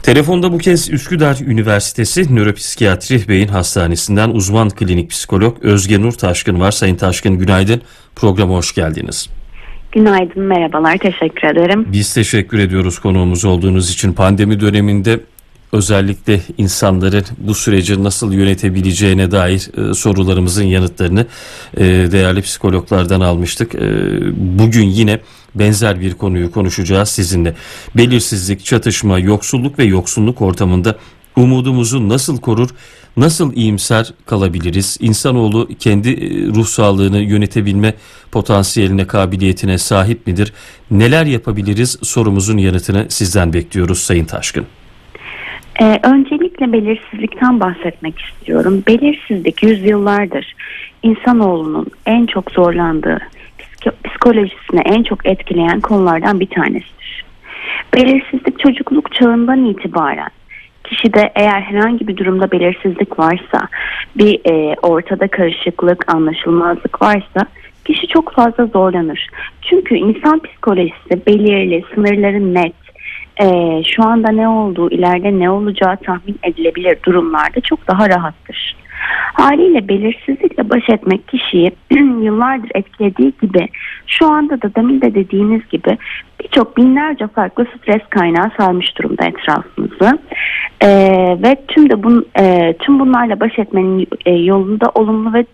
Telefonda bu kez Üsküdar Üniversitesi Nöropsikiyatri Beyin Hastanesi'nden uzman klinik psikolog Özge Nur Taşkın var. Sayın Taşkın, günaydın. Programa hoş geldiniz. Günaydın, merhabalar. Teşekkür ederim. Biz teşekkür ediyoruz konuğumuz olduğunuz için. Pandemi döneminde özellikle insanların bu süreci nasıl yönetebileceğine dair sorularımızın yanıtlarını değerli psikologlardan almıştık. Bugün yine benzer bir konuyu konuşacağız sizinle. Belirsizlik, çatışma, yoksulluk ve yoksunluk ortamında umudumuzu nasıl korur, nasıl iyimser kalabiliriz? İnsanoğlu kendi ruh sağlığını yönetebilme potansiyeline, kabiliyetine sahip midir? Neler yapabiliriz? Sorumuzun yanıtını sizden bekliyoruz Sayın Taşkın. Öncelikle belirsizlikten bahsetmek istiyorum. Belirsizlik yüzyıllardır insanoğlunun en çok zorlandığı, psikolojisini en çok etkileyen konulardan bir tanesidir. Belirsizlik çocukluk çağından itibaren kişide eğer herhangi bir durumda belirsizlik varsa, bir ortada karışıklık, anlaşılmazlık varsa kişi çok fazla zorlanır. Çünkü insan psikolojisi belirli, sınırları net, şu anda ne olduğu, ileride ne olacağı tahmin edilebilir durumlarda çok daha rahattır. Haliyle belirsizlikle baş etmek kişiyi yıllardır etkilediği gibi şu anda da demin de dediğiniz gibi birçok binlerce farklı stres kaynağı sarmış durumda etrafımızı. Ve tüm bunlarla baş etmenin yolunda olumlu ve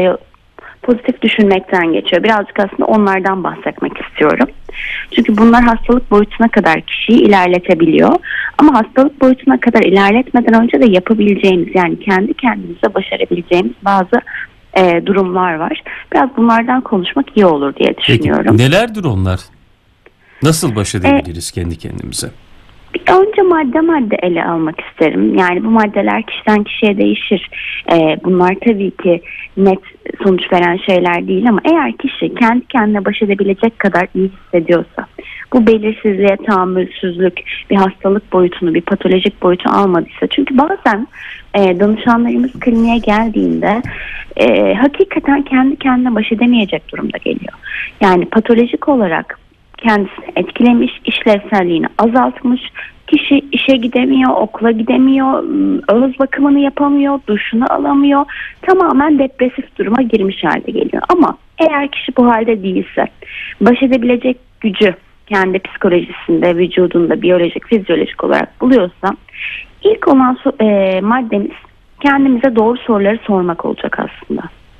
pozitif düşünmekten geçiyor. Birazcık aslında onlardan bahsetmek istiyorum. Çünkü bunlar hastalık boyutuna kadar kişiyi ilerletebiliyor. Ama hastalık boyutuna kadar ilerletmeden önce de yapabileceğimiz, yani kendi kendimize başarabileceğimiz bazı durumlar var. Biraz bunlardan konuşmak iyi olur diye düşünüyorum. Peki, nelerdir onlar? Nasıl baş edebiliriz kendi kendimize? Önce madde madde ele almak isterim. Yani bu maddeler kişiden kişiye değişir. Bunlar tabii ki net sonuç veren şeyler değil ama eğer kişi kendi kendine baş edebilecek kadar iyi hissediyorsa, bu belirsizliğe tahammülsüzlük bir hastalık boyutunu, bir patolojik boyutu almadıysa, çünkü bazen danışanlarımız kliniğe geldiğinde hakikaten kendi kendine baş edemeyecek durumda geliyor. Yani patolojik olarak kendisini etkilemiş, işlevselliğini azaltmış, kişi işe gidemiyor, okula gidemiyor, ağız bakımını yapamıyor, duşunu alamıyor, tamamen depresif duruma girmiş halde geliyor. Ama eğer kişi bu halde değilse, baş edebilecek gücü kendi psikolojisinde, vücudunda, biyolojik, fizyolojik olarak buluyorsa, ilk olan maddemiz kendimize doğru soruları sormak olacak aslında.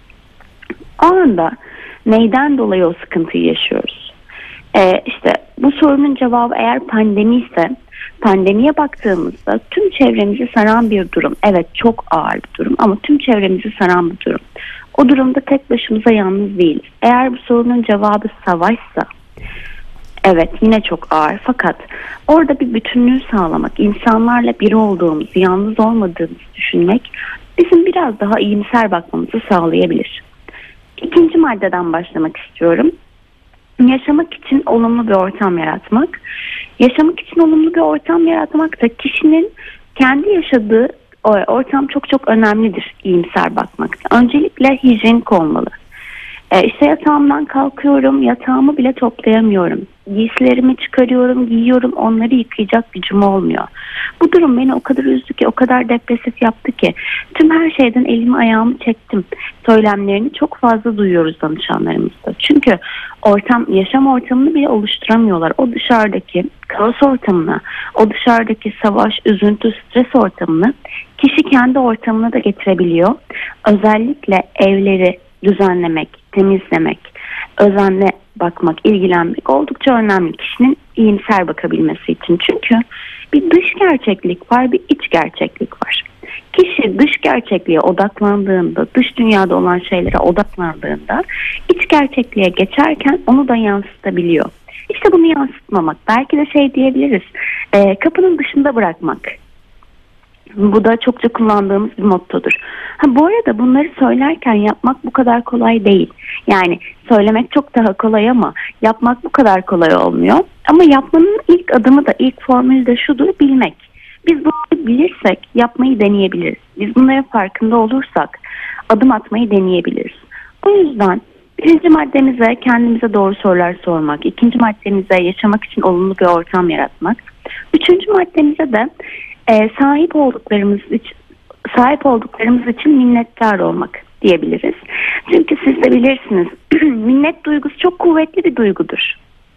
O anda neyden dolayı o sıkıntıyı yaşıyoruz? İşte bu sorunun cevabı eğer pandemi ise, pandemiye baktığımızda tüm çevremizi saran bir durum. Evet, çok ağır bir durum ama tüm çevremizi saran bir durum. O durumda tek başımıza yalnız değiliz. Eğer bu sorunun cevabı savaşsa, evet yine çok ağır, fakat orada bir bütünlüğü sağlamak, insanlarla bir olduğumuzu, yalnız olmadığımızı düşünmek bizim biraz daha iyimser bakmamızı sağlayabilir. İkinci maddeden başlamak istiyorum. Yaşamak için olumlu bir ortam yaratmak. Yaşamak için olumlu bir ortam yaratmak da kişinin kendi yaşadığı ortam çok çok önemlidir iyimser bakmakta. Öncelikle hijyenik olmalı. İşte yatağımdan kalkıyorum, yatağımı bile toplayamıyorum. Giysilerimi çıkarıyorum, giyiyorum, onları yıkayacak gücüm olmuyor. Bu durum beni o kadar üzdü ki, o kadar depresif yaptı ki tüm her şeyden elimi ayağımı çektim söylemlerini çok fazla duyuyoruz danışanlarımızda. Çünkü yaşam ortamını bile oluşturamıyorlar. O dışarıdaki kaos ortamına, o dışarıdaki savaş, üzüntü, stres ortamını kişi kendi ortamına da getirebiliyor. Özellikle evleri düzenlemek, temizlemek, özenle bakmak, ilgilenmek oldukça önemli kişinin iyimser bakabilmesi için. Çünkü bir dış gerçeklik var, bir iç gerçeklik var. Kişi dış gerçekliğe odaklandığında, dış dünyada olan şeylere odaklandığında iç gerçekliğe geçerken onu da yansıtabiliyor. İşte bunu yansıtmamak, belki de diyebiliriz, kapının dışında bırakmak. Bu da çokça kullandığımız bir mottodur. Bu arada bunları söylerken yapmak bu kadar kolay değil. Yani söylemek çok daha kolay ama yapmak bu kadar kolay olmuyor. Ama yapmanın ilk adımı da, ilk formülü de şudur: bilmek. Biz bunu bilirsek yapmayı deneyebiliriz. Biz bunların farkında olursak adım atmayı deneyebiliriz. O yüzden Birinci maddemize kendimize doğru sorular sormak. İkinci maddemize yaşamak için olumlu bir ortam yaratmak. Üçüncü maddemize de sahip olduklarımız için minnettar olmak diyebiliriz. Çünkü siz de bilirsiniz, minnet duygusu çok kuvvetli bir duygudur.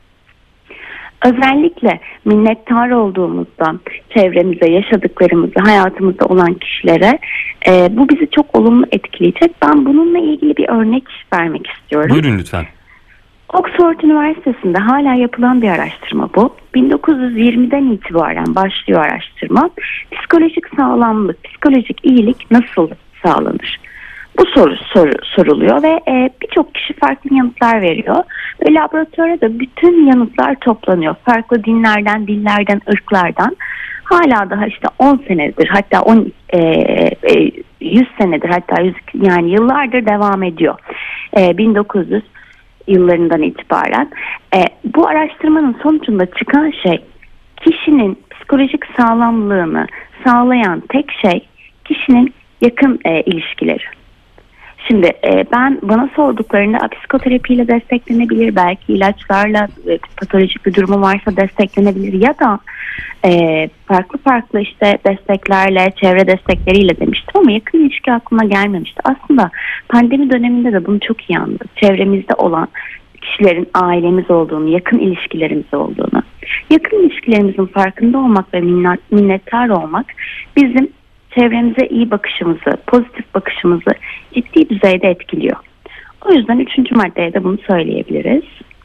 Özellikle minnettar olduğumuzda çevremize, yaşadıklarımızı, hayatımızda olan kişilere bu bizi çok olumlu etkileyecek. Ben bununla ilgili bir örnek vermek istiyorum. Buyurun lütfen. Oxford Üniversitesi'nde hala yapılan bir araştırma bu. 1920'den itibaren başlıyor araştırma. Psikolojik sağlamlık, psikolojik iyilik nasıl sağlanır? Bu soru soruluyor ve birçok kişi farklı yanıtlar veriyor. Ve laboratuvara da bütün yanıtlar toplanıyor. Farklı dinlerden, dillerden, ırklardan. Hala daha işte 10 senedir, hatta 100 senedir, hatta yani yıllardır devam ediyor. 1900 yıllarından itibaren. Bu araştırmanın sonucunda çıkan şey, kişinin psikolojik sağlamlığını sağlayan tek şey kişinin yakın ilişkileri. Şimdi bana sorduklarında psikoterapiyle desteklenebilir, belki ilaçlarla, patolojik bir durumu varsa desteklenebilir ya da farklı işte desteklerle, çevre destekleriyle demiştim ama yakın ilişki aklıma gelmemişti. Aslında pandemi döneminde de bunu çok iyi anladık. Çevremizde olan kişilerin ailemiz olduğunu, yakın ilişkilerimiz olduğunu, yakın ilişkilerimizin farkında olmak ve minnettar olmak bizim çevremize iyi bakışımızı, pozitif bakışımızı ciddi düzeyde etkiliyor. O yüzden 3. maddeye de bunu söyleyebiliriz.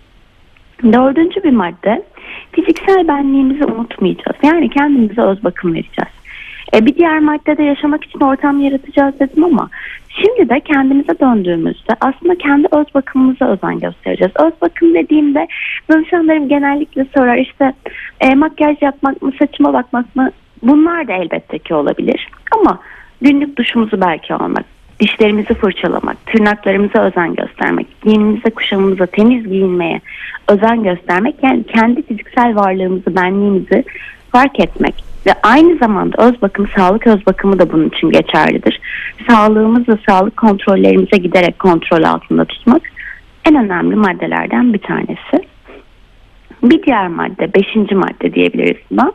4. bir madde, fiziksel benliğimizi unutmayacağız. Yani kendimize öz bakım vereceğiz. Bir diğer maddede yaşamak için ortam yaratacağız dedim ama şimdi de kendimize döndüğümüzde aslında kendi öz bakımımıza özen göstereceğiz. Öz bakım dediğimde danışanlarım genellikle sorar, işte makyaj yapmak mı, saçıma bakmak mı? Bunlar da elbette ki olabilir ama günlük duşumuzu belki almak, dişlerimizi fırçalamak, tırnaklarımıza özen göstermek, giyimimize, kuşamımıza, temiz giyinmeye özen göstermek, yani kendi fiziksel varlığımızı, benliğimizi fark etmek ve aynı zamanda öz bakım, sağlık öz bakımı da bunun için geçerlidir. Sağlığımızı, sağlık kontrollerimize giderek kontrol altında tutmak en önemli maddelerden bir tanesi. Bir diğer madde, 5. madde diyebiliriz buna.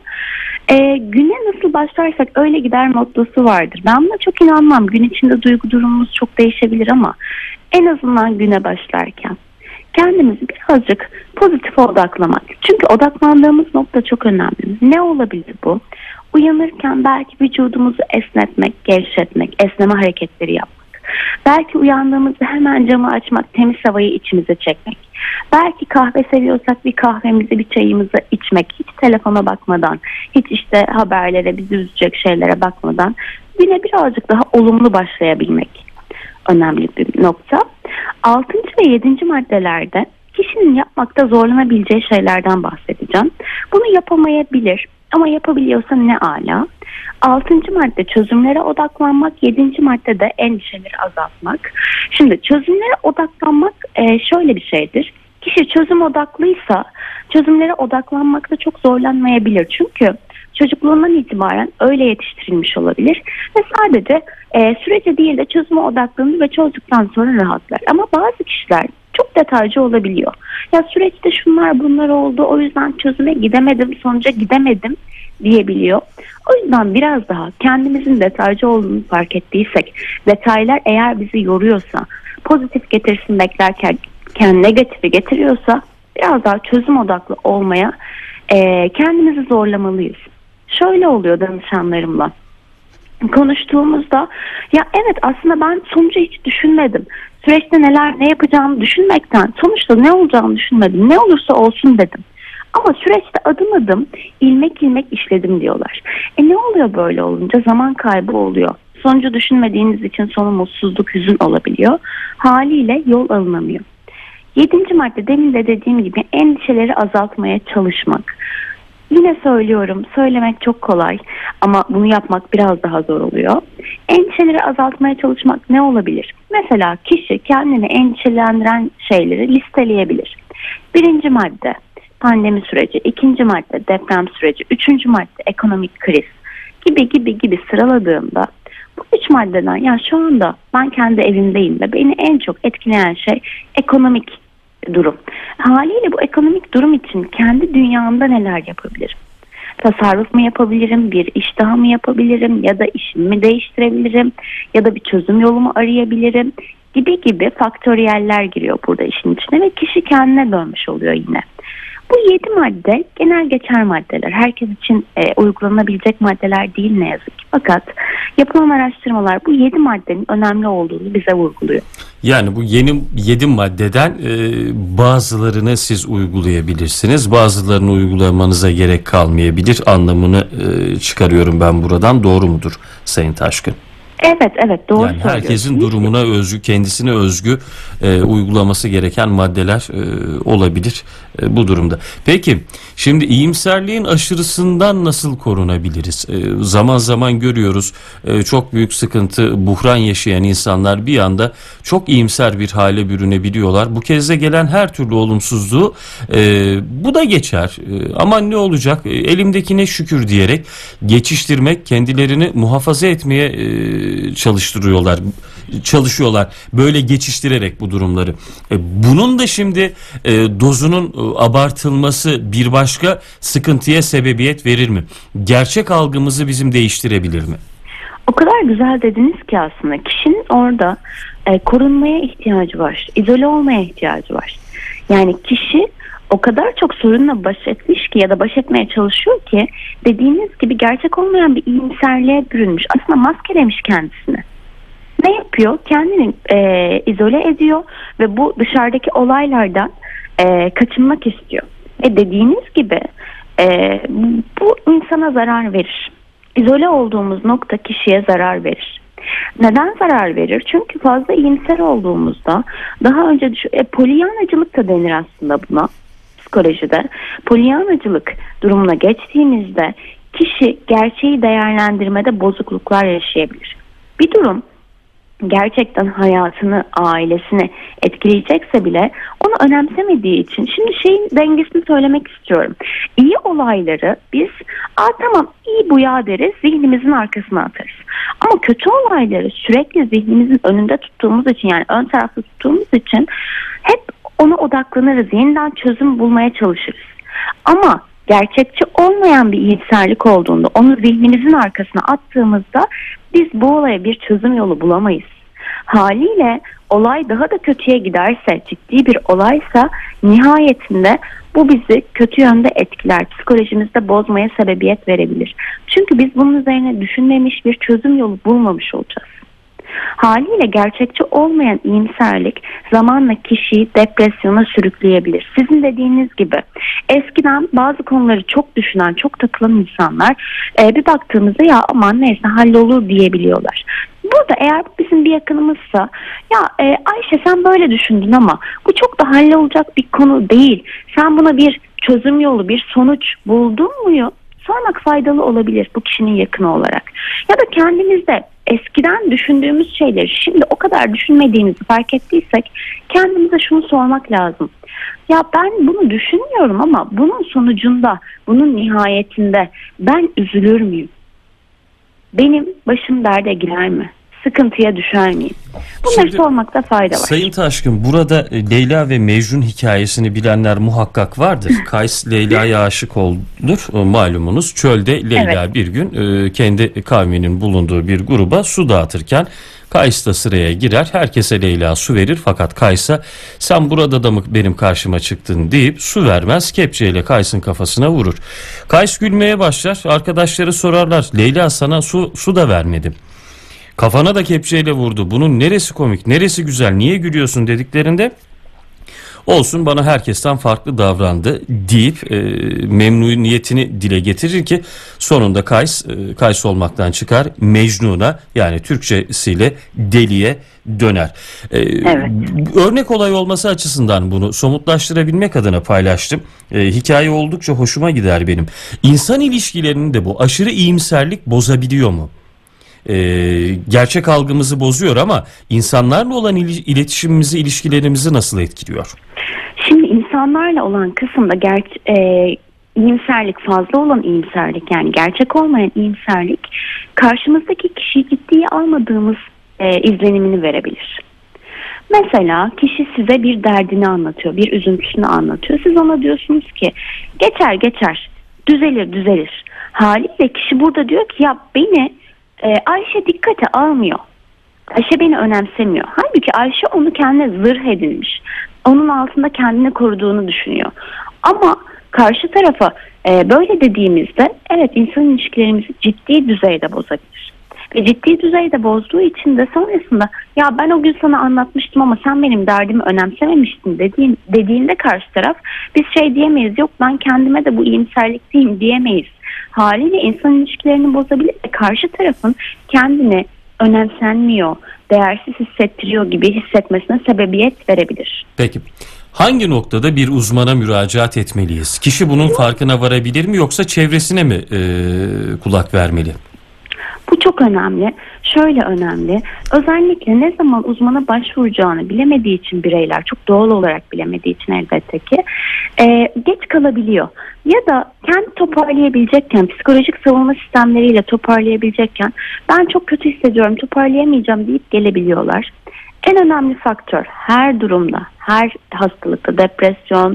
Güne nasıl başlarsak öyle gider mottosu vardır. Ben buna çok inanmam. Gün içinde duygu durumumuz çok değişebilir ama en azından güne başlarken kendimizi birazcık pozitife odaklamak. Çünkü odaklandığımız nokta çok önemli. Ne olabilir bu? Uyanırken belki vücudumuzu esnetmek, gevşetmek, esneme hareketleri yapmak. Belki uyandığımızda hemen camı açmak, temiz havayı içimize çekmek. Belki kahve seviyorsak bir kahvemizi, bir çayımızı içmek. Hiç telefona bakmadan, hiç işte haberlere, bizi üzecek şeylere bakmadan güne birazcık daha olumlu başlayabilmek önemli bir nokta. 6. ve 7. maddelerde kişinin yapmakta zorlanabileceği şeylerden bahsedeceğim. Bunu yapamayabilir ama yapabiliyorsa ne ala. 6. madde çözümlere odaklanmak, 7. madde de endişeleri azaltmak. Şimdi çözümlere odaklanmak şöyle bir şeydir. Kişi çözüm odaklıysa çözümlere odaklanmakta çok zorlanmayabilir. Çünkü çocukluğundan itibaren öyle yetiştirilmiş olabilir ve sadece sürece değil de çözüme odaklanır ve çözdükten sonra rahatlar. Ama bazı kişiler çok detaycı olabiliyor. Ya süreçte şunlar bunlar oldu, o yüzden çözüme gidemedim, sonuca gidemedim diyebiliyor. O yüzden biraz daha kendimizin detaycı olduğunu fark ettiysek, detaylar eğer bizi yoruyorsa, pozitif getirsin beklerken negatifi getiriyorsa biraz daha çözüm odaklı olmaya kendimizi zorlamalıyız. Şöyle oluyor danışanlarımla konuştuğumuzda, ya evet aslında ben sonucu hiç düşünmedim. Süreçte ne yapacağımı düşünmekten sonuçta ne olacağını düşünmedim. Ne olursa olsun dedim. Ama süreçte adım adım, ilmek ilmek işledim diyorlar. Ne oluyor böyle olunca? Zaman kaybı oluyor. Sonucu düşünmediğiniz için sonu mutsuzluk, hüzün olabiliyor. Haliyle yol alınamıyor. 7. madde demin de dediğim gibi endişeleri azaltmaya çalışmak. Yine söylüyorum, söylemek çok kolay ama bunu yapmak biraz daha zor oluyor. Endişeleri azaltmaya çalışmak ne olabilir? Mesela kişi kendini endişelendiren şeyleri listeleyebilir. 1. madde pandemi süreci, 2. madde deprem süreci, 3. madde ekonomik kriz gibi sıraladığında Bu 3 maddeden yani şu anda ben kendi evimdeyim ve beni en çok etkileyen şey ekonomik durum. Haliyle bu ekonomik durum için kendi dünyamda neler yapabilirim? Tasarruf mu yapabilirim, bir iş daha mı yapabilirim ya da işimi mi değiştirebilirim ya da bir çözüm yolumu arayabilirim gibi faktöriyeller giriyor burada işin içine ve kişi kendine dönmüş oluyor yine. Bu 7 madde genel geçer maddeler. Herkes için uygulanabilecek maddeler değil ne yazık ki. Fakat yapılan araştırmalar bu 7 maddenin önemli olduğunu bize vurguluyor. Yani bu yeni 7 maddeden bazılarını siz uygulayabilirsiniz. Bazılarını uygulamanıza gerek kalmayabilir anlamını çıkarıyorum ben buradan. Doğru mudur Sayın Taşkın? Evet doğru yani herkesin durumuna özgü, kendisine özgü uygulaması gereken maddeler olabilir bu durumda. Peki şimdi iyimserliğin aşırısından nasıl korunabiliriz? Zaman zaman görüyoruz çok büyük sıkıntı, buhran yaşayan insanlar bir anda çok iyimser bir hale bürünebiliyorlar. Bu kez de gelen her türlü olumsuzluğu bu da geçer. Aman ne olacak? Elimdekine şükür diyerek geçiştirmek, kendilerini muhafaza etmeye çalışıyorlar böyle geçiştirerek bu durumları. Bunun da şimdi dozunun abartılması bir başka sıkıntıya sebebiyet verir mi? Gerçek algımızı bizim değiştirebilir mi? O kadar güzel dediniz ki aslında kişinin orada korunmaya ihtiyacı var, izole olmaya ihtiyacı var. Yani kişi o kadar çok sorunla baş etmiş ki ya da baş etmeye çalışıyor ki dediğiniz gibi gerçek olmayan bir iyimserliğe bürünmüş. Aslında maskelemiş kendisini. Ne yapıyor? Kendini izole ediyor ve bu dışarıdaki olaylardan kaçınmak istiyor. Dediğiniz gibi bu insana zarar verir. İzole olduğumuz nokta kişiye zarar verir. Neden zarar verir? Çünkü fazla iyimser olduğumuzda daha önce polyanacılık da denir aslında buna psikolojide. Polyanacılık durumuna geçtiğimizde kişi gerçeği değerlendirmede bozukluklar yaşayabilir. Bir durum gerçekten hayatını, ailesini etkileyecekse bile onu önemsemediği için şimdi şeyin dengesini söylemek istiyorum. İyi olayları biz tamam iyi bu ya deriz, zihnimizin arkasına atarız. Ama kötü olayları sürekli zihnimizin önünde tuttuğumuz için yani ön tarafta tuttuğumuz için hep ona odaklanırız, yeniden çözüm bulmaya çalışırız. Ama gerçekçi olmayan bir iyimserlik olduğunda onu zihnimizin arkasına attığımızda biz bu olaya bir çözüm yolu bulamayız. Haliyle olay daha da kötüye giderse, ciddi bir olaysa nihayetinde bu bizi kötü yönde etkiler, psikolojimizde bozmaya sebebiyet verebilir. Çünkü biz bunun üzerine düşünmemiş, bir çözüm yolu bulmamış olacağız. Haliyle gerçekçi olmayan iyimserlik zamanla kişiyi depresyona sürükleyebilir. Sizin dediğiniz gibi eskiden bazı konuları çok düşünen, çok takılan insanlar bir baktığımızda ya aman neyse hallolur diyebiliyorlar. Burada eğer bizim bir yakınımızsa ya Ayşe sen böyle düşündün ama bu çok da hallolacak bir konu değil. Sen buna bir çözüm yolu, bir sonuç buldun mu? Sormak faydalı olabilir bu kişinin yakını olarak. Ya da kendimizde eskiden düşündüğümüz şeyleri şimdi o kadar düşünmediğimizi fark ettiysek kendimize şunu sormak lazım. Ya ben bunu düşünmüyorum ama bunun sonucunda, bunun nihayetinde ben üzülür müyüm? Benim başım derde girer mi? Sıkıntıya düşer miyim? Bunları sormakta fayda var. Sayın Taşkın, burada Leyla ve Mecnun hikayesini bilenler muhakkak vardır. Kays Leyla'ya aşık olur malumunuz. Çölde Leyla bir gün kendi kavminin bulunduğu bir gruba su dağıtırken Kays da sıraya girer. Herkese Leyla su verir fakat Kays'a sen burada da mı benim karşıma çıktın deyip su vermez. Kepçeyle Kays'ın kafasına vurur. Kays gülmeye başlar. Arkadaşları sorarlar. Leyla sana su da vermedim. Kafana da kepçeyle vurdu. Bunun neresi komik, neresi güzel, niye gülüyorsun dediklerinde olsun bana herkesten farklı davrandı deyip memnuniyetini dile getirir ki sonunda Kays olmaktan çıkar Mecnun'a yani Türkçesiyle deliye döner. Evet. Örnek olay olması açısından bunu somutlaştırabilmek adına paylaştım. Hikaye oldukça hoşuma gider benim. İnsan ilişkilerini de bu aşırı iyimserlik bozabiliyor mu? Gerçek algımızı bozuyor ama insanlarla olan iletişimimizi, ilişkilerimizi nasıl etkiliyor? Şimdi insanlarla olan kısımda iyimserlik, fazla olan iyimserlik, yani gerçek olmayan iyimserlik karşımızdaki kişiyi ciddiye almadığımız izlenimini verebilir. Mesela kişi size bir derdini anlatıyor, bir üzüntüsünü anlatıyor. Siz ona diyorsunuz ki geçer geçer, düzelir düzelir. Haliyle kişi burada diyor ki ya beni Ayşe dikkate almıyor. Ayşe beni önemsemiyor. Halbuki Ayşe onu kendine zırh edinmiş. Onun altında kendini koruduğunu düşünüyor. Ama karşı tarafa böyle dediğimizde evet, insan ilişkilerimizi ciddi düzeyde bozabilir. Ve ciddi düzeyde bozduğu için de sonrasında ya ben o gün sana anlatmıştım ama sen benim derdimi önemsememiştin dediğinde karşı taraf biz şey diyemeyiz, yok ben kendime de bu iyimserlikteyim diyemeyiz. Haliyle insan ilişkilerini bozabilir ve karşı tarafın kendini önemsenmiyor, değersiz hissettiriyor gibi hissetmesine sebebiyet verebilir. Peki hangi noktada bir uzmana müracaat etmeliyiz? Kişi bunun farkına varabilir mi yoksa çevresine mi kulak vermeli? Bu çok önemli. Şöyle önemli. Özellikle ne zaman uzmana başvuracağını bilemediği için bireyler, çok doğal olarak bilemediği için elbette ki geç kalabiliyor. Ya da kendi toparlayabilecekken, psikolojik savunma sistemleriyle toparlayabilecekken ben çok kötü hissediyorum, toparlayamayacağım deyip gelebiliyorlar. En önemli faktör her durumda, her hastalıkta, depresyon,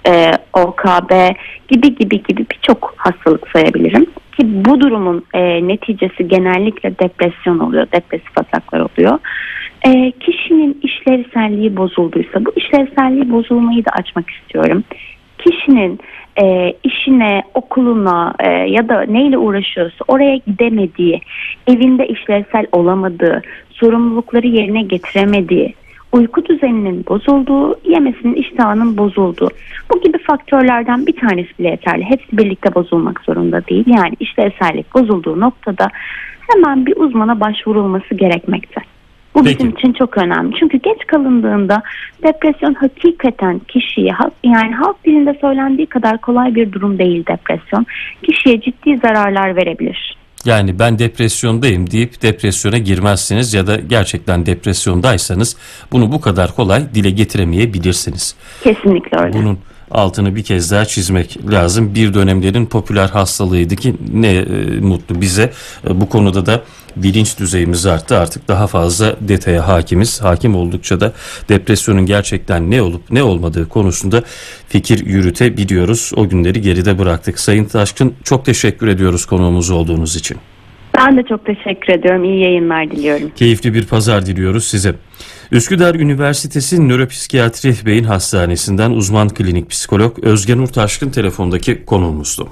OKB gibi birçok hastalık sayabilirim. Ki bu durumun neticesi genellikle depresyon oluyor, depresif ataklar oluyor. Kişinin işlevselliği bozulduysa bu işlevselliği bozulmayı da açmak istiyorum. Kişinin işine, okuluna ya da neyle uğraşıyorsa oraya gidemediği, evinde işlevsel olamadığı, sorumlulukları yerine getiremediği, uyku düzeninin bozulduğu, yemesinin iştahının bozulduğu, bu gibi faktörlerden bir tanesi bile yeterli. Hepsi birlikte bozulmak zorunda değil. Yani işlevsellik bozulduğu noktada hemen bir uzmana başvurulması gerekmekte. Bu bizim için çok önemli. Çünkü geç kalındığında depresyon hakikaten kişiye, yani halk dilinde söylendiği kadar kolay bir durum değil depresyon. Kişiye ciddi zararlar verebilir. Yani ben depresyondayım deyip depresyona girmezsiniz ya da gerçekten depresyondaysanız bunu bu kadar kolay dile getiremeyebilirsiniz. Kesinlikle öyle. Bunun altını bir kez daha çizmek lazım. Bir dönemlerin popüler hastalığıydı ki ne mutlu bize. Bu konuda da bilinç düzeyimiz arttı. Artık daha fazla detaya hakimiz. Hakim oldukça da depresyonun gerçekten ne olup ne olmadığı konusunda fikir yürütebiliyoruz. O günleri geride bıraktık. Sayın Taşkın, çok teşekkür ediyoruz konuğumuz olduğunuz için. Ben de çok teşekkür ediyorum. İyi yayınlar diliyorum. Keyifli bir pazar diliyoruz size. Üsküdar Üniversitesi Nöropsikiyatri Beyin Hastanesi'nden uzman klinik psikolog Özge Nur Taşkın telefondaki konuğumuzdu.